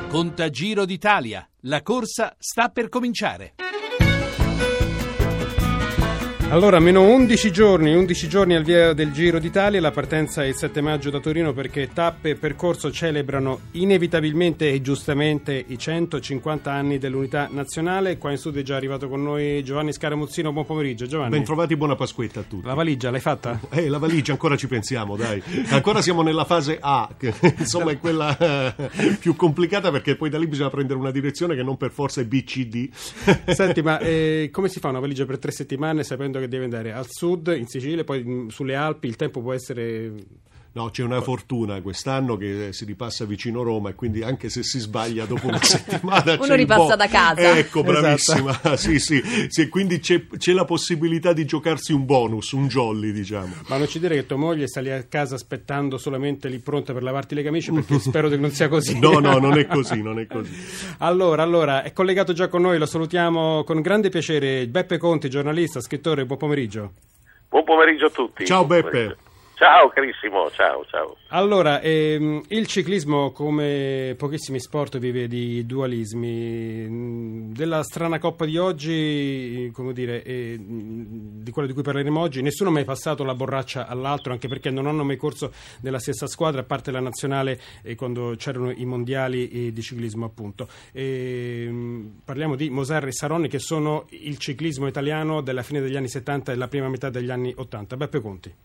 Conta Giro d'Italia. La corsa sta per cominciare. Allora, meno 11 giorni al via del Giro d'Italia. La partenza è il 7 maggio da Torino, perché tappe e percorso celebrano inevitabilmente e giustamente i 150 anni dell'unità nazionale. Qua in studio è già arrivato con noi Giovanni Scaramuzzino. Buon pomeriggio, Giovanni. Bentrovati, buona Pasquetta a tutti. La valigia l'hai fatta? La valigia ancora ci pensiamo, dai. Ancora siamo nella fase A, che insomma è quella più complicata, perché poi da lì bisogna prendere una direzione che non per forza è B, C, D. Senti, ma come si fa una valigia per 3 settimane sapendo che deve andare al sud, in Sicilia, poi sulle Alpi? Il tempo può essere... No, c'è una fortuna quest'anno che si ripassa vicino Roma, e quindi anche se si sbaglia dopo una settimana uno ripassa da casa. Ecco, bravissima. Esatto. Sì, quindi c'è la possibilità di giocarsi un bonus, un jolly, diciamo. Ma non ci dire che tua moglie sta lì a casa aspettando solamente lì pronta per lavarti le camicie, perché spero che non sia così. No, non è così. Allora, è collegato già con noi, lo salutiamo con grande piacere, Beppe Conti, giornalista, scrittore. Buon pomeriggio. Buon pomeriggio a tutti. Ciao Beppe. Ciao carissimo, ciao. Allora, il ciclismo, come pochissimi sport, vive di dualismi. Della strana coppa di oggi, come dire, di quella di cui parleremo oggi, nessuno ha mai passato la borraccia all'altro, anche perché non hanno mai corso nella stessa squadra, a parte la nazionale, quando c'erano i mondiali di ciclismo, appunto. Parliamo di Moser e Saronni, che sono il ciclismo italiano della fine degli anni 70 e la prima metà degli anni 80. Beppe Conti.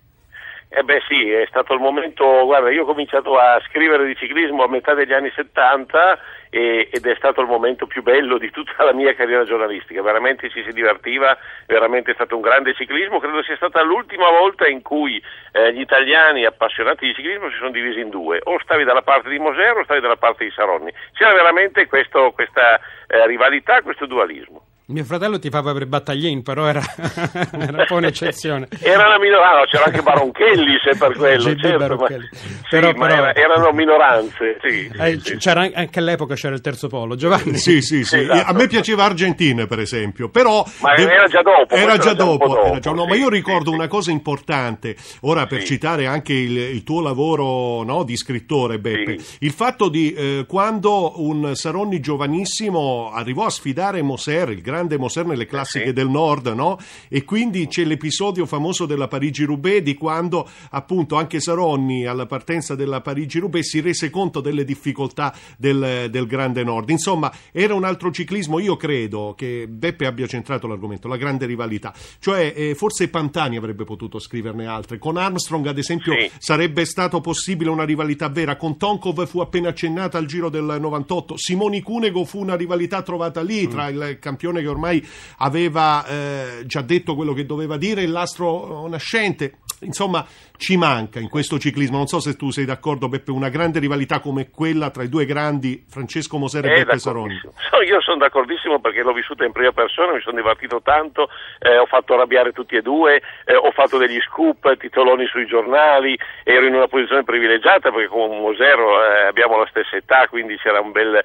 Sì, è stato il momento, guarda, io ho cominciato a scrivere di ciclismo a metà degli anni 70 ed è stato il momento più bello di tutta la mia carriera giornalistica. Veramente ci si divertiva, veramente è stato un grande ciclismo. Credo sia stata l'ultima volta in cui gli italiani appassionati di ciclismo si sono divisi in due: o stavi dalla parte di Moser o stavi dalla parte di Saronni. C'era veramente questa rivalità, questo dualismo. Mio fratello tifava per Battaglin, però era un po' un'eccezione. Era una minoranza, c'era anche Baronchelli, se per quello, certo, erano minoranze. Sì. C'era anche all'epoca c'era il terzo polo, Giovanni. Sì. Esatto. A me piaceva Argentina, per esempio, però ma era già dopo. No, ma io ricordo una cosa importante, ora per citare anche il tuo lavoro, no, di scrittore, Beppe, il fatto di quando un Saronni giovanissimo arrivò a sfidare Moser, il grande Moser nelle classiche del Nord, no? E quindi c'è l'episodio famoso della Parigi-Roubaix, di quando appunto anche Saronni alla partenza della Parigi-Roubaix si rese conto delle difficoltà del grande Nord. Insomma, era un altro ciclismo. Io credo che Beppe abbia centrato l'argomento, la grande rivalità, cioè forse Pantani avrebbe potuto scriverne altre. Con Armstrong, ad esempio, sarebbe stato possibile una rivalità vera. Con Tonkov fu appena accennata al Giro del 98. Simoni Cunego fu una rivalità trovata lì tra il campione che ormai aveva già detto quello che doveva dire, il l'astro nascente. Insomma, ci manca in questo ciclismo, non so se tu sei d'accordo, Beppe, una grande rivalità come quella tra i due grandi, Francesco Moser e Beppe Saronni. Io sono d'accordissimo, perché l'ho vissuta in prima persona, mi sono divertito tanto, ho fatto arrabbiare tutti e due, ho fatto degli scoop, titoloni sui giornali, ero in una posizione privilegiata perché con Moser abbiamo la stessa età, quindi c'era un bel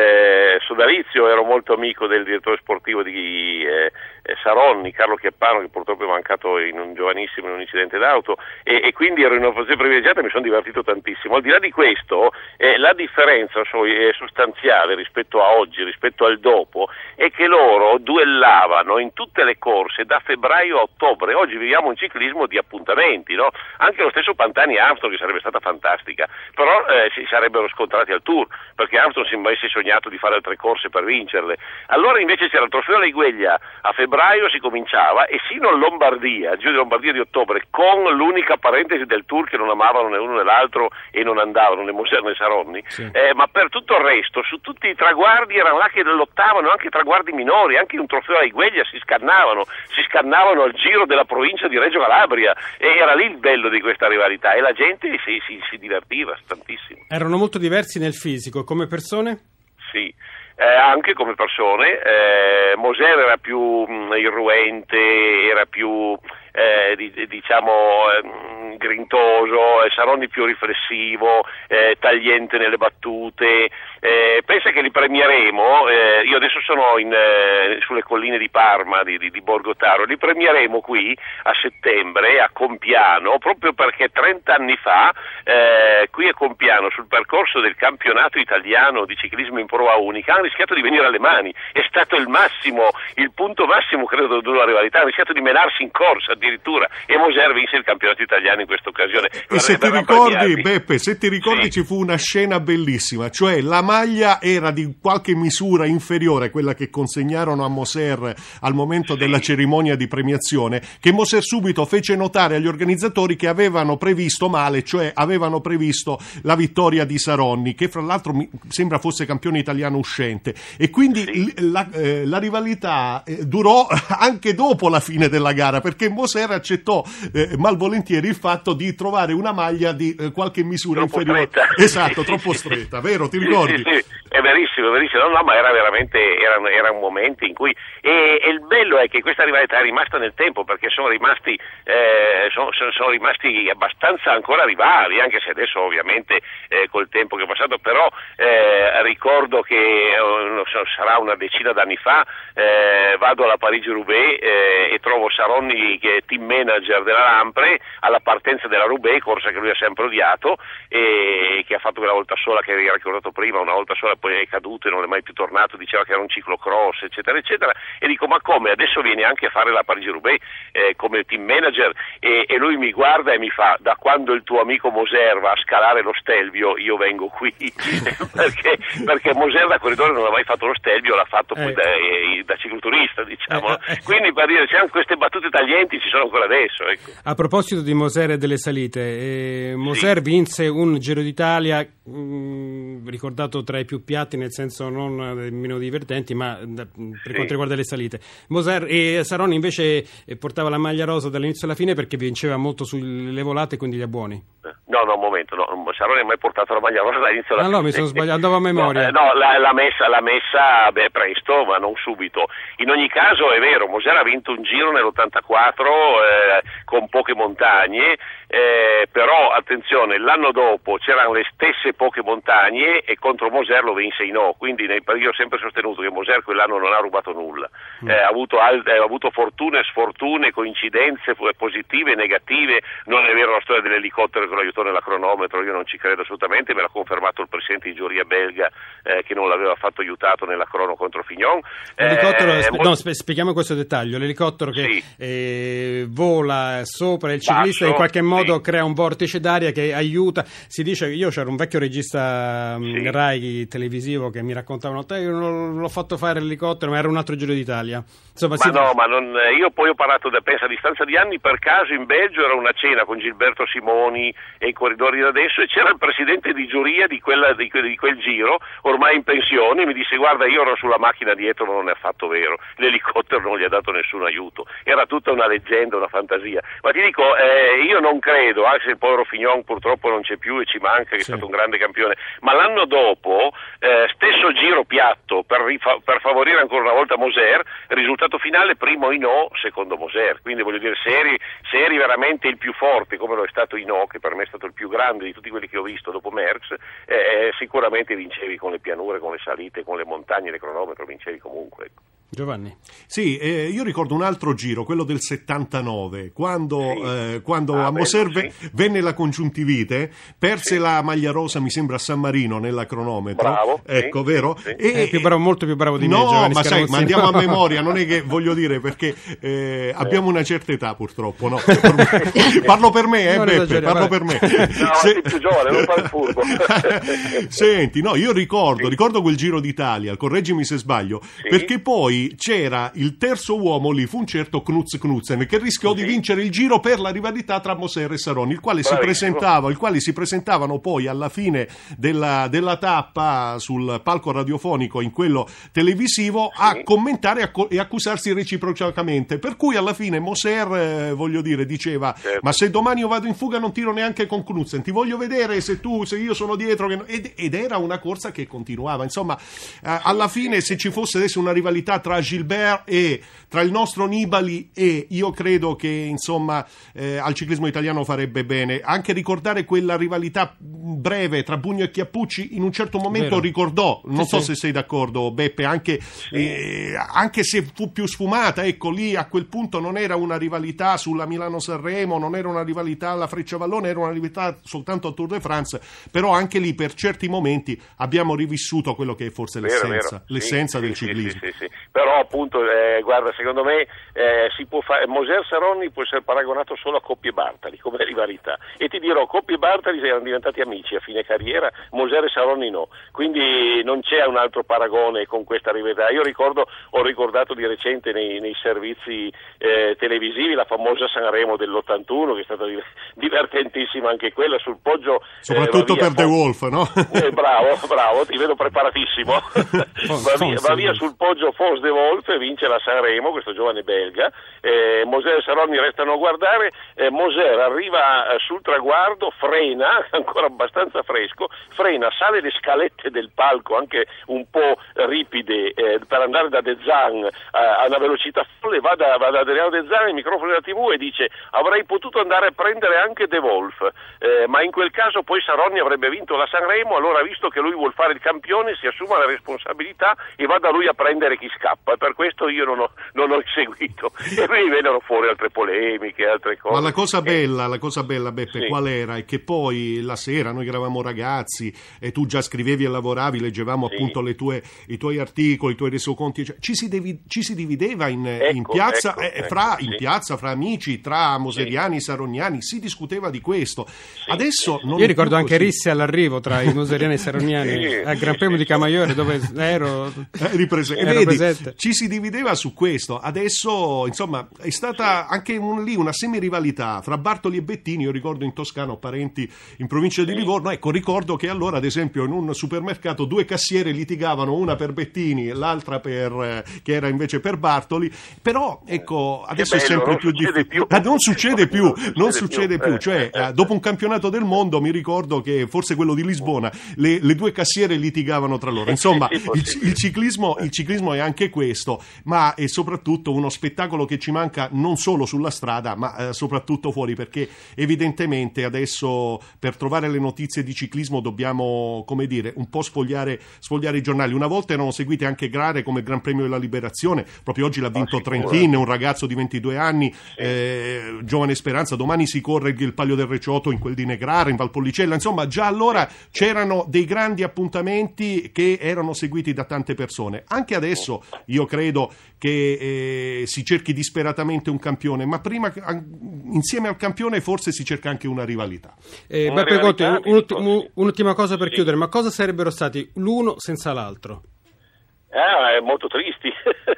sodalizio. Ero molto amico del direttore sportivo di Saronni, Carlo Chiappano, che purtroppo è mancato in un giovanissimo in un incidente d'auto, e quindi ero in una posizione privilegiata e mi sono divertito tantissimo. Al di là di questo, la differenza sostanziale rispetto a oggi, rispetto al dopo, è che loro duellavano in tutte le corse da febbraio a ottobre. Oggi viviamo un ciclismo di appuntamenti, no? Anche lo stesso Pantani e Armstrong, che sarebbe stata fantastica, però si sarebbero scontrati al Tour, perché Armstrong si avesse sognato di fare altre corse per vincerle. Allora invece c'era il Trofeo alla Gueglia, a febbraio si cominciava, e sino a Lombardia, il Giro di Lombardia di ottobre, con l'unica parentesi del Tour che non amavano né uno né l'altro e non andavano né Moser né Saronni, ma per tutto il resto, su tutti i traguardi erano là che lottavano, anche traguardi minori, anche un Trofeo alla Gueglia si scannavano al Giro della provincia di Reggio Calabria, e era lì il bello di questa rivalità, e la gente si divertiva tantissimo. Erano molto diversi nel fisico, come persone? Sì. Anche come persone, Moser era più irruente, era più grintoso, Saronni più riflessivo, tagliente nelle battute. Pensa che li premieremo, io adesso sono sulle colline di Parma, di Borgotaro, li premieremo qui a settembre a Compiano, proprio perché 30 anni fa qui a Compiano, sul percorso del campionato italiano di ciclismo in prova unica, hanno rischiato di venire alle mani. È stato il punto massimo credo della rivalità, hanno rischiato di menarsi in corsa addirittura, e Moser vinse il campionato italiano in questa occasione. E se ti ricordi, Beppe, sì, ci fu una scena bellissima, cioè la maglia era di qualche misura inferiore a quella che consegnarono a Moser al momento della cerimonia di premiazione, che Moser subito fece notare agli organizzatori che avevano previsto male, cioè avevano previsto la vittoria di Saronni, che fra l'altro mi sembra fosse campione italiano uscente, e quindi la rivalità durò anche dopo la fine della gara, perché Moser accettò malvolentieri il fatto di trovare una maglia di qualche misura troppo inferiore. Stretta. Esatto, troppo stretta, vero? Ti ricordi? Sì. È verissimo, no, ma era veramente, era un momento in cui, e il bello è che questa rivalità è rimasta nel tempo, perché sono rimasti abbastanza ancora rivali, anche se adesso ovviamente col tempo che è passato, però ricordo che sarà una decina d'anni fa, vado alla Parigi-Roubaix e trovo Saronni, che è team manager della Lampre, alla partenza della Roubaix, corsa che lui ha sempre odiato e che ha fatto quella volta sola che vi ho ricordato prima, una volta sola, poi è caduto e non è mai più tornato, diceva che era un ciclocross, eccetera eccetera, e dico: ma come, adesso vieni anche a fare la Parigi-Roubaix come team manager? E lui mi guarda e mi fa: da quando il tuo amico Moser va a scalare lo Stelvio io vengo qui perché Moser da corridore non ha mai fatto lo Stelvio, l'ha fatto poi da cicloturista, diciamo. Quindi per dire, c'erano queste battute taglienti, ci sono ancora adesso, ecco. A proposito di Moser e delle salite, Moser vinse un Giro d'Italia ricordato tra i più piatti, nel senso non meno divertenti, ma per quanto riguarda le salite. Moser e Saronni invece portava la maglia rosa dall'inizio alla fine, perché vinceva molto sulle volate, quindi gli abboni. No, un momento, no, Saronni ha mai portato la maglia rosa dall'inizio alla fine. No, mi sono sbagliato, andavo a memoria. No, l'ha messa presto, ma non subito. In ogni caso è vero, Moser ha vinto un giro nell'84 con poche montagne, però attenzione, l'anno dopo c'erano le stesse poche montagne e contro Moser lo vinse Hinault, quindi io ho sempre sostenuto che Moser quell'anno non ha rubato nulla, ha avuto fortune, sfortune, coincidenze positive e negative. Non è vero la storia dell'elicottero che lo aiutò nella cronometro, io non ci credo assolutamente, me l'ha confermato il presidente di giuria belga che non l'aveva affatto aiutato nella crono contro Fignon. L'elicottero, spieghiamo questo dettaglio: l'elicottero che vola sopra il ciclista e in qualche modo crea un vortice d'aria che aiuta. Si dice, io c'era un vecchio regista Rai televisivo che mi raccontava una volta: io non l'ho fatto fare l'elicottero, ma era un altro Giro d'Italia. Insomma, io poi ho parlato, penso a distanza di anni, per caso in Belgio era una cena con Gilberto Simoni e i corridori da adesso, e c'era il presidente di giuria di quel giro, ormai in pensione, mi disse: guarda, io ero sulla macchina dietro, ma non è affatto vero, l'elicottero non gli ha dato nessun aiuto, era tutta una leggenda, una fantasia. Ma ti dico, io non credo, anche se il povero Fignon purtroppo non c'è più e ci manca, che è stato un grande campione, ma l'anno dopo stesso giro piatto per favorire ancora una volta Moser, risultato finale primo Hinault, secondo Moser. Quindi voglio dire, se eri veramente il più forte come lo è stato Hinault, che per me è stato il più grande di tutti quelli che ho visto dopo Merckx, sicuramente vincevi con le pianure, con le salite, con le montagne, le cronometro, vincevi comunque, ecco. Giovanni. Sì, io ricordo un altro giro, quello del 79, quando a Moser venne la congiuntivite, perse la maglia rosa, mi sembra, a San Marino nella cronometro. Bravo. Ecco, vero? Sì. E molto più bravo di me, No, Giovanni ma Scaramuzzino. sai, ma andiamo a memoria, non è che voglio dire, perché abbiamo una certa età, purtroppo, no? Parlo per me, Beppe, parlo per me. No, sei più giovane, non fare il furbo. Senti, no, io ricordo quel Giro d'Italia, correggimi se sbaglio, perché poi c'era il terzo uomo lì, fu un certo Knudsen, che rischiò di vincere il giro per la rivalità tra Moser e Saronni, il quale si presentavano poi alla fine della tappa sul palco radiofonico, in quello televisivo, a commentare e accusarsi reciprocamente, per cui alla fine Moser, diceva: ma se domani io vado in fuga non tiro neanche con Knudsen, ti voglio vedere se io sono dietro, ed era una corsa che continuava. Insomma, alla fine, se ci fosse adesso una rivalità tra Gilbert e tra il nostro Nibali, e io credo che insomma al ciclismo italiano farebbe bene anche ricordare quella rivalità breve tra Bugno e Chiappucci. In un certo momento ricordò, non so se sei d'accordo Beppe, anche se fu più sfumata, ecco, lì a quel punto non era una rivalità sulla Milano-Sanremo, non era una rivalità alla Frecciavallone, era una rivalità soltanto al Tour de France, però anche lì per certi momenti abbiamo rivissuto quello che è forse l'essenza del ciclismo. Sì. Però appunto guarda, secondo me si può fare, Moser-Saronni può essere paragonato solo a Coppi e Bartali come rivalità, e ti dirò, Coppi e Bartali erano diventati amici a fine carriera, Moser e Saronni no, quindi non c'è un altro paragone con questa rivalità. Io ho ricordato di recente nei servizi televisivi la famosa Sanremo dell'81, che è stata divertentissima anche quella, sul poggio soprattutto per De Wolf, no? Bravo, ti vedo preparatissimo. va via sul poggio Fons De Wolf e vince la Sanremo, questo giovane belga. Moser e Saronni restano a guardare. Moser arriva sul traguardo, frena, ancora abbastanza fresco, sale le scalette del palco anche un po' ripide per andare da De Zan a una velocità folle, va da Adriano De Zan, il microfono della TV, e dice: avrei potuto andare a prendere anche De Wolf, ma in quel caso poi Saronni avrebbe vinto la Sanremo, allora visto che lui vuol fare il campione si assuma la responsabilità e va da lui a prendere chi scappa, e per questo io non ho seguito, e poi vennero fuori altre polemiche, altre cose. Ma la cosa bella Beppe, sì, qual era? È che poi la sera noi eravamo ragazzi e tu già scrivevi e lavoravi, leggevamo appunto i tuoi articoli, i tuoi resoconti, cioè, ci si divideva in piazza fra amici, tra moseriani, saroniani, si discuteva di questo. Adesso non io ricordo anche risse all'arrivo tra i moseriani e i saroniani al Gran Premio di Camaiore, dove ero presente. Ci si divideva su questo. Adesso insomma è stata anche lì una semirivalità fra Bartoli e Bettini. Io ricordo in Toscana ho parenti in provincia di Livorno, ecco, ricordo che allora ad esempio in un supermercato due cassiere litigavano, una per Bettini e l'altra che era invece per Bartoli, però ecco adesso è sempre più difficile. Non succede più, cioè dopo un campionato del mondo mi ricordo che forse quello di Lisbona le due cassiere litigavano tra loro. Insomma il ciclismo è anche questo, ma è soprattutto uno spettacolo che ci manca non solo sulla strada ma soprattutto fuori, perché evidentemente adesso per trovare le notizie di ciclismo dobbiamo, come dire, un po' sfogliare i giornali. Una volta erano seguite anche gare come il Gran Premio della Liberazione, proprio oggi l'ha vinto Trentin, un ragazzo di 22 anni, giovane speranza. Domani si corre il Palio del Recioto in quel di Negrara, in Valpolicella. Insomma già allora c'erano dei grandi appuntamenti che erano seguiti da tante persone. Anche adesso io credo che si cerchi disperatamente un campione, ma prima insieme al campione forse si cerca anche una rivalità. Beppe Conti, un'ultima cosa per chiudere: ma cosa sarebbero stati l'uno senza l'altro? Molto tristi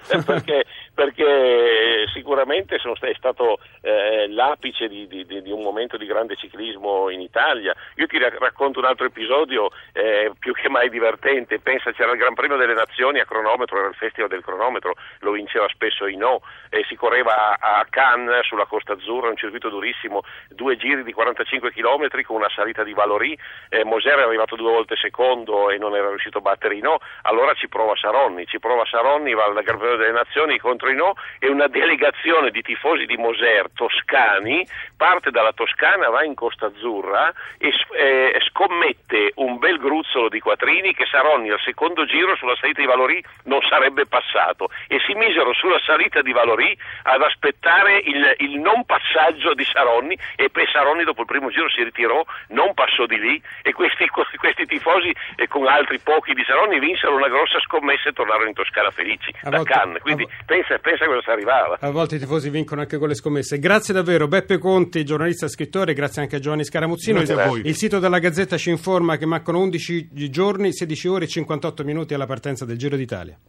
perché sicuramente è stato l'apice di un momento di grande ciclismo in Italia. Io ti racconto un altro episodio più che mai divertente. Pensa, c'era il Gran Premio delle Nazioni a cronometro, era il festival del cronometro, lo vinceva spesso Hinault, si correva a Cannes sulla Costa Azzurra, un circuito durissimo, 2 giri di 45 km con una salita di Vallorì. Moser è arrivato 2 volte secondo e non era riuscito a battere Hinault, allora ci prova Saronni, va al Gran Premio delle Nazioni contro Hinault, e una delegazione di tifosi di Moser toscani parte dalla Toscana, va in Costa Azzurra e scommette un bel gruzzolo di quattrini che Saronni al secondo giro sulla salita di Vallorì non sarebbe passato, e si misero sulla salita di Vallorì ad aspettare il non passaggio di Saronni, e poi Saronni dopo il primo giro si ritirò, non passò di lì, e questi tifosi con altri pochi di Saronni vinsero una grossa scommessa e tornarono in Toscana felici da Cannes. Quindi pensa cosa si arrivava. A volte i tifosi vincono anche con le scommesse. Grazie davvero Beppe Conti, giornalista e scrittore, grazie anche a Giovanni Scaramuzzino. Il sito della Gazzetta ci informa che mancano 11 giorni, 16 ore e 58 minuti alla partenza del Giro d'Italia.